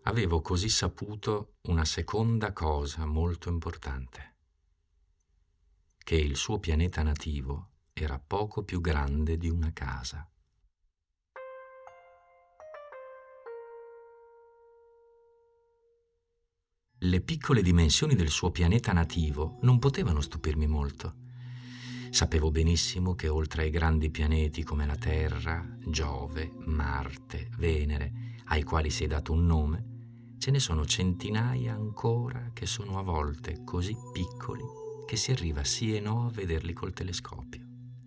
avevo così saputo una seconda cosa molto importante, che il suo pianeta nativo era poco più grande di una casa. Le piccole dimensioni del suo pianeta nativo non potevano stupirmi molto. Sapevo benissimo che oltre ai grandi pianeti come la Terra, Giove, Marte, Venere, ai quali si è dato un nome, ce ne sono centinaia ancora che sono a volte così piccoli che si arriva sì e no a vederli col telescopio.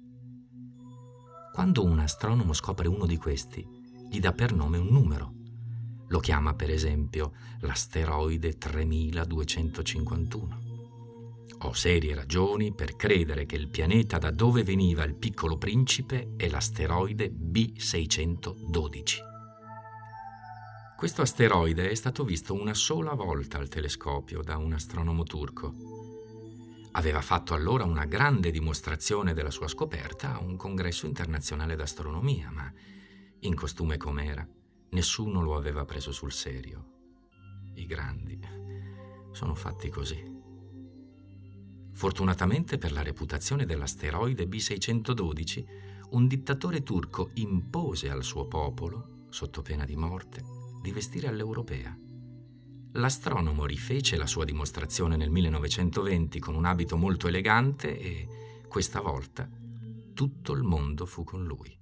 Quando un astronomo scopre uno di questi, gli dà per nome un numero. Lo chiama per esempio l'asteroide 3251. Ho serie ragioni per credere che il pianeta da dove veniva il Piccolo Principe è l'asteroide B612. Questo asteroide è stato visto una sola volta al telescopio da un astronomo turco. Aveva fatto allora una grande dimostrazione della sua scoperta a un congresso internazionale d'astronomia, ma in costume com'era, nessuno lo aveva preso sul serio. I grandi sono fatti così. Fortunatamente per la reputazione dell'asteroide B612, un dittatore turco impose al suo popolo, sotto pena di morte, di vestire all'europea. L'astronomo rifece la sua dimostrazione nel 1920 con un abito molto elegante e, questa volta, tutto il mondo fu con lui.